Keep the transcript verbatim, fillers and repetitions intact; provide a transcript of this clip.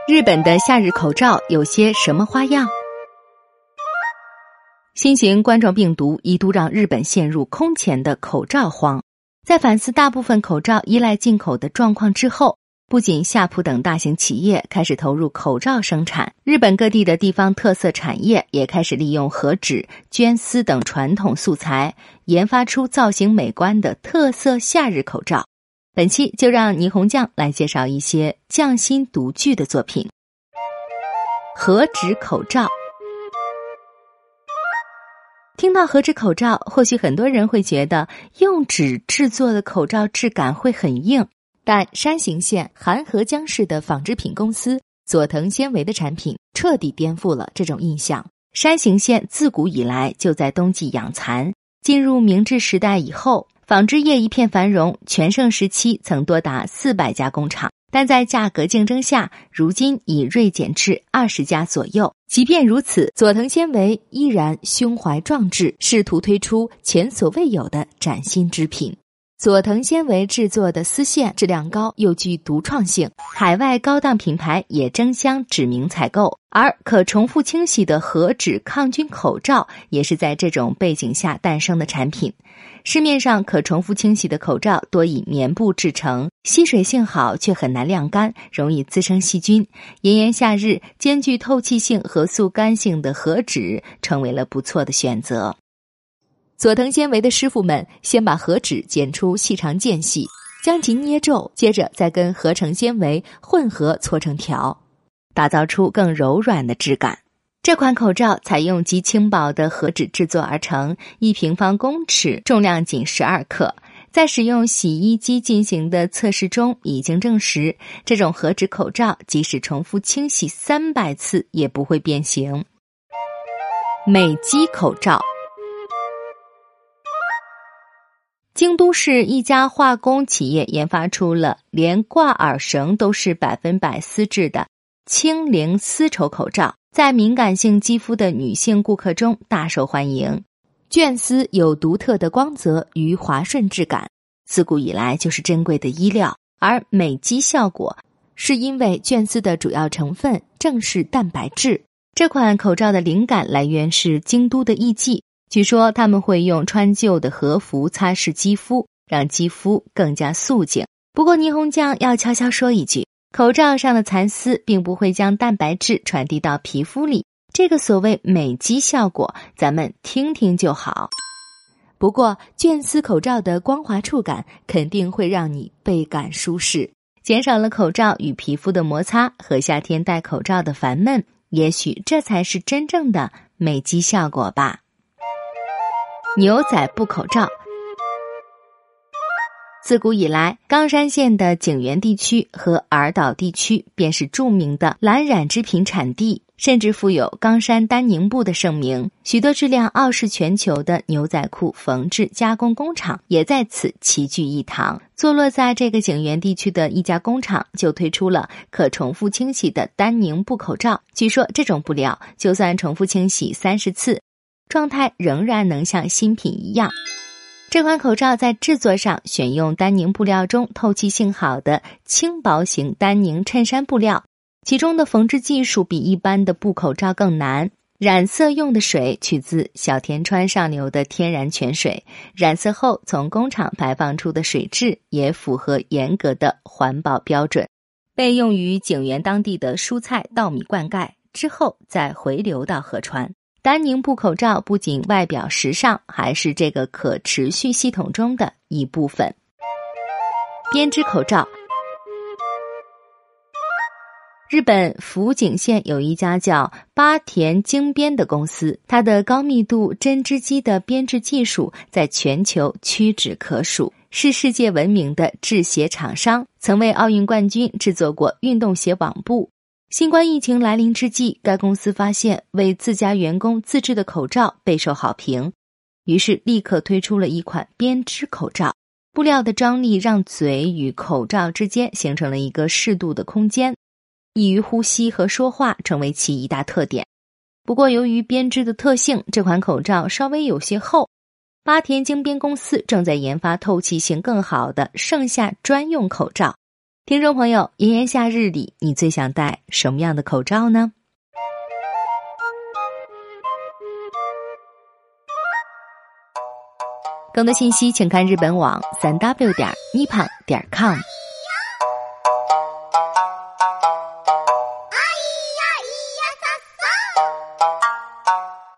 日本的夏日口罩有些什么花样？新型冠状病毒一度让日本陷入空前的口罩荒。在反思大部分口罩依赖进口的状况之后，不仅夏普等大型企业开始投入口罩生产，日本各地的地方特色产业也开始利用和纸、绢丝等传统素材，研发出造型美观的特色夏日口罩。本期就让霓虹酱来介绍一些匠心独具的作品。和纸口罩。听到和纸口罩，或许很多人会觉得用纸制作的口罩质感会很硬，但山形县韩河江市的纺织品公司佐藤纤维的产品彻底颠覆了这种印象。山形县自古以来就在冬季养蚕，进入明治时代以后，纺织业一片繁荣，全盛时期曾多达四百家工厂，但在价格竞争下，如今已锐减至二十家左右。即便如此，佐藤纤维依然胸怀壮志，试图推出前所未有的崭新织品。佐藤纤维制作的丝线质量高又具独创性，海外高档品牌也争相指名采购，而可重复清洗的和纸抗菌口罩也是在这种背景下诞生的产品。市面上可重复清洗的口罩多以棉布制成，吸水性好却很难晾干，容易滋生细菌。炎炎夏日，兼具透气性和速干性的和纸成为了不错的选择。佐藤纤维的师傅们先把和纸剪出细长间隙，将其捏皱，接着再跟合成纤维混合搓成条，打造出更柔软的质感。这款口罩采用极轻薄的和纸制作而成，一平方公尺重量仅十二克。在使用洗衣机进行的测试中已经证实，这种和纸口罩即使重复清洗三百次也不会变形。美肌口罩。京都市一家化工企业研发出了连挂耳绳都是百分百丝质的轻灵丝绸口罩，在敏感性肌肤的女性顾客中大受欢迎。绢丝有独特的光泽与滑顺质感，自古以来就是珍贵的衣料，而美肌效果是因为绢丝的主要成分正是蛋白质。这款口罩的灵感来源是京都的艺妓，据说他们会用穿旧的和服擦拭肌肤，让肌肤更加素净。不过霓虹酱要悄悄说一句，口罩上的蚕丝并不会将蛋白质传递到皮肤里，这个所谓美肌效果咱们听听就好。不过绢丝口罩的光滑触感肯定会让你倍感舒适，减少了口罩与皮肤的摩擦和夏天戴口罩的烦闷，也许这才是真正的美肌效果吧。牛仔布口罩。自古以来，冈山县的井原地区和儿岛地区便是著名的蓝染织品产地，甚至富有冈山丹宁布的盛名。许多质量傲视全球的牛仔裤缝制加工工厂也在此齐聚一堂。坐落在这个井原地区的一家工厂就推出了可重复清洗的丹宁布口罩，据说这种布料就算重复清洗三十次，状态仍然能像新品一样。这款口罩在制作上选用丹宁布料中透气性好的轻薄型丹宁衬衫布料，其中的缝制技术比一般的布口罩更难。染色用的水取自小田川上流的天然泉水，染色后从工厂排放出的水质也符合严格的环保标准，被用于井原当地的蔬菜稻米灌溉之后再回流到河川。丹宁布口罩不仅外表时尚，还是这个可持续系统中的一部分。编织口罩。日本福井县有一家叫八田精编的公司，它的高密度针织机的编制技术在全球屈指可数，是世界闻名的制鞋厂商，曾为奥运冠军制作过运动鞋网布。新冠疫情来临之际，该公司发现为自家员工自制的口罩备受好评，于是立刻推出了一款编织口罩。布料的张力让嘴与口罩之间形成了一个适度的空间，易于呼吸和说话成为其一大特点。不过由于编织的特性，这款口罩稍微有些厚，八田精编公司正在研发透气性更好的盛夏专用口罩。 听众朋友，炎炎夏日里，你最想戴什么样的口罩呢？更多信息请看日本网 三 w 点 nippon 点 com。